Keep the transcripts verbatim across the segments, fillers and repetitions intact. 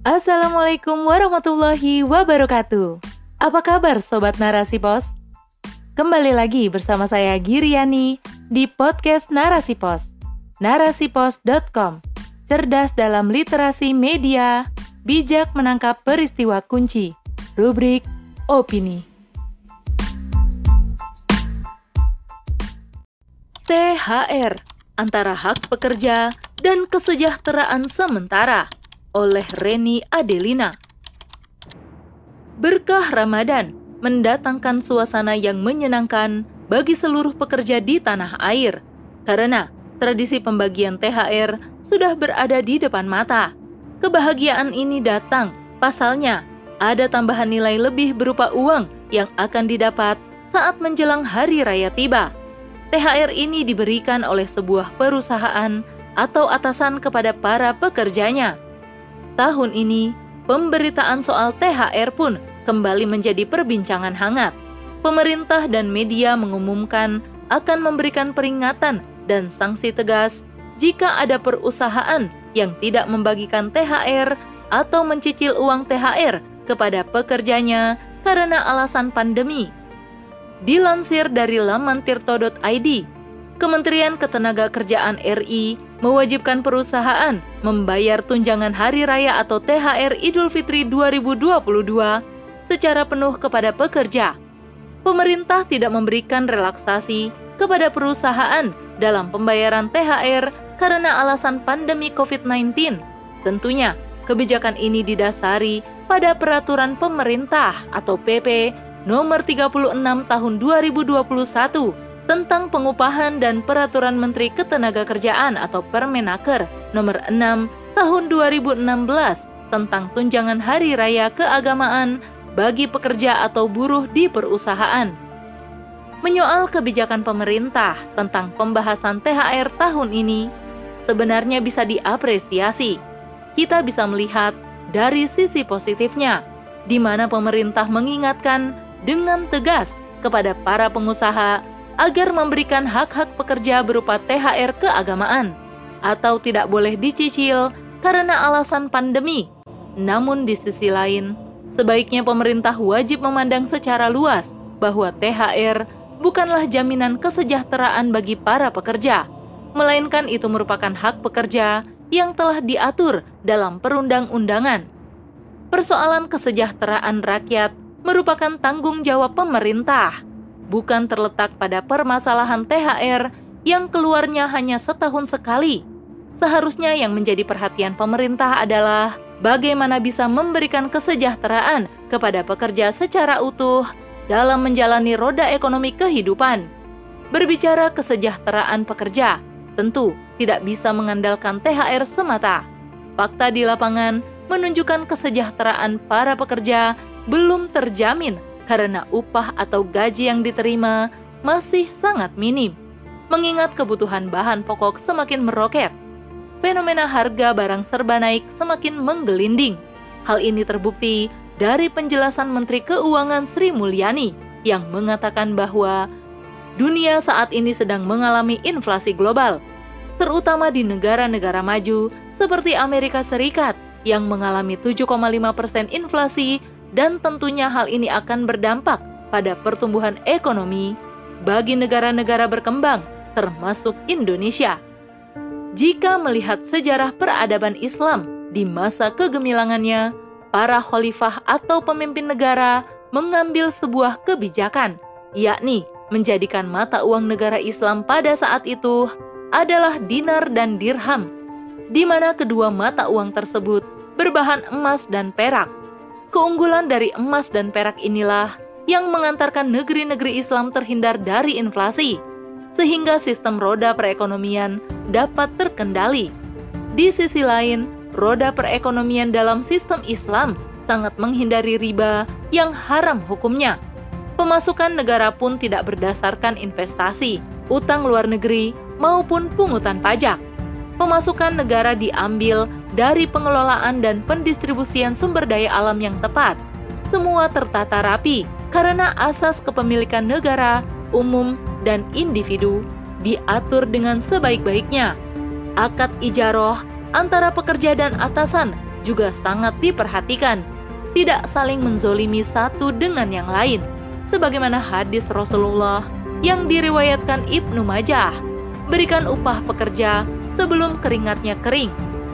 Assalamualaikum warahmatullahi wabarakatuh. Apa kabar Sobat Narasi Pos? Kembali lagi bersama saya Giriani di podcast Narasi Pos, narasipos dot com. Cerdas dalam literasi media, bijak menangkap peristiwa kunci. Rubrik Opini. T H R, antara hak pekerja dan kesejahteraan sementara, oleh Reni Adelina. Berkah Ramadan mendatangkan suasana yang menyenangkan bagi seluruh pekerja di tanah air, karena tradisi pembagian T H R sudah berada di depan mata. Kebahagiaan ini datang, pasalnya ada tambahan nilai lebih berupa uang yang akan didapat saat menjelang hari raya tiba. T H R ini diberikan oleh sebuah perusahaan atau atasan kepada para pekerjanya. Tahun ini, pemberitaan soal T H R pun kembali menjadi perbincangan hangat. Pemerintah dan media mengumumkan akan memberikan peringatan dan sanksi tegas jika ada perusahaan yang tidak membagikan T H R atau mencicil uang T H R kepada pekerjanya karena alasan pandemi. Dilansir dari laman tirto dot i d, Kementerian Ketenagakerjaan R I mewajibkan perusahaan membayar tunjangan hari raya atau T H R Idul Fitri dua ribu dua puluh dua secara penuh kepada pekerja. Pemerintah tidak memberikan relaksasi kepada perusahaan dalam pembayaran T H R karena alasan pandemi covid sembilan belas. Tentunya, kebijakan ini didasari pada peraturan pemerintah atau P P nomor tiga puluh enam tahun dua ribu dua puluh satu tentang pengupahan dan peraturan Menteri Ketenagakerjaan atau Permenaker nomor enam tahun dua ribu enam belas tentang tunjangan hari raya keagamaan bagi pekerja atau buruh di perusahaan. Menyoal kebijakan pemerintah tentang pembahasan T H R tahun ini, sebenarnya bisa diapresiasi. Kita bisa melihat dari sisi positifnya, di mana pemerintah mengingatkan dengan tegas kepada para pengusaha agar memberikan hak-hak pekerja berupa T H R keagamaan atau tidak boleh dicicil karena alasan pandemi. Namun di sisi lain, sebaiknya pemerintah wajib memandang secara luas bahwa T H R bukanlah jaminan kesejahteraan bagi para pekerja, melainkan itu merupakan hak pekerja yang telah diatur dalam perundang-undangan. Persoalan kesejahteraan rakyat merupakan tanggung jawab pemerintah, bukan terletak pada permasalahan T H R yang keluarnya hanya setahun sekali. Seharusnya yang menjadi perhatian pemerintah adalah bagaimana bisa memberikan kesejahteraan kepada pekerja secara utuh dalam menjalani roda ekonomi kehidupan. Berbicara kesejahteraan pekerja, tentu tidak bisa mengandalkan T H R semata. Fakta di lapangan menunjukkan kesejahteraan para pekerja belum terjamin karena upah atau gaji yang diterima masih sangat minim. Mengingat kebutuhan bahan pokok semakin meroket, fenomena harga barang serba naik semakin menggelinding. Hal ini terbukti dari penjelasan Menteri Keuangan Sri Mulyani yang mengatakan bahwa dunia saat ini sedang mengalami inflasi global, terutama di negara-negara maju seperti Amerika Serikat yang mengalami tujuh koma lima persen inflasi, dan tentunya hal ini akan berdampak pada pertumbuhan ekonomi bagi negara-negara berkembang, termasuk Indonesia. Jika melihat sejarah peradaban Islam di masa kegemilangannya, para khalifah atau pemimpin negara mengambil sebuah kebijakan, yakni menjadikan mata uang negara Islam pada saat itu adalah dinar dan dirham, di mana kedua mata uang tersebut berbahan emas dan perak. Keunggulan dari emas dan perak inilah yang mengantarkan negeri-negeri Islam terhindar dari inflasi, sehingga sistem roda perekonomian dapat terkendali. Di sisi lain, roda perekonomian dalam sistem Islam sangat menghindari riba yang haram hukumnya. Pemasukan negara pun tidak berdasarkan investasi, utang luar negeri, maupun pungutan pajak. Pemasukan negara diambil dari pengelolaan dan pendistribusian sumber daya alam yang tepat. Semua tertata rapi karena asas kepemilikan negara, umum, dan individu diatur dengan sebaik-baiknya. Akad ijaroh antara pekerja dan atasan juga sangat diperhatikan, tidak saling menzolimi satu dengan yang lain, sebagaimana hadis Rasulullah yang diriwayatkan Ibnu Majah, berikan upah pekerja sebelum keringatnya kering.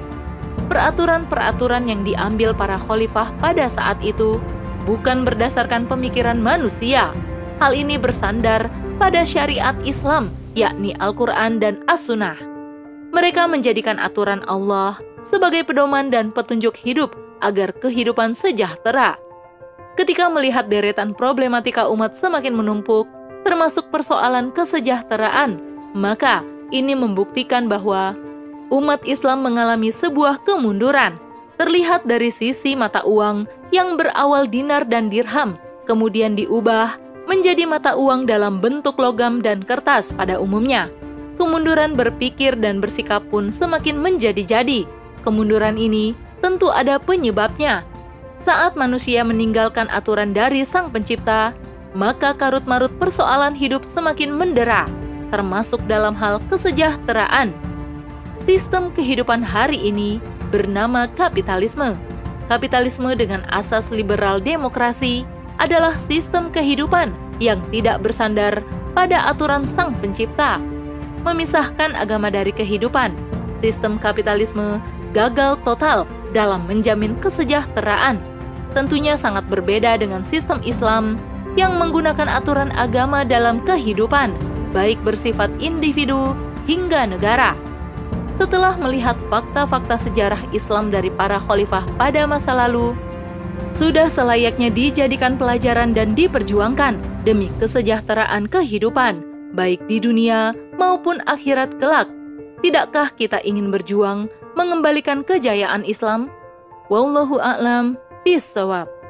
Peraturan-peraturan yang diambil para khalifah pada saat itu bukan berdasarkan pemikiran manusia. Hal ini bersandar pada syariat Islam, yakni Al-Quran dan As-Sunnah. Mereka menjadikan aturan Allah sebagai pedoman dan petunjuk hidup agar kehidupan sejahtera. Ketika melihat deretan problematika umat semakin menumpuk, termasuk persoalan kesejahteraan, maka ini membuktikan bahwa umat Islam mengalami sebuah kemunduran. Terlihat dari sisi mata uang yang berawal dinar dan dirham, kemudian diubah menjadi mata uang dalam bentuk logam dan kertas pada umumnya. Kemunduran berpikir dan bersikap pun semakin menjadi-jadi. Kemunduran ini tentu ada penyebabnya. Saat manusia meninggalkan aturan dari Sang Pencipta, maka karut-marut persoalan hidup semakin mendera, termasuk dalam hal kesejahteraan. Sistem kehidupan hari ini bernama kapitalisme. Kapitalisme dengan asas liberal demokrasi adalah sistem kehidupan yang tidak bersandar pada aturan Sang Pencipta, memisahkan agama dari kehidupan. Sistem kapitalisme gagal total dalam menjamin kesejahteraan. Tentunya sangat berbeda dengan sistem Islam yang menggunakan aturan agama dalam kehidupan, baik bersifat individu hingga negara. Setelah melihat fakta-fakta sejarah Islam dari para khalifah pada masa lalu, sudah selayaknya dijadikan pelajaran dan diperjuangkan demi kesejahteraan kehidupan, baik di dunia maupun akhirat kelak. Tidakkah kita ingin berjuang mengembalikan kejayaan Islam? Wallahu a'lam bishawab.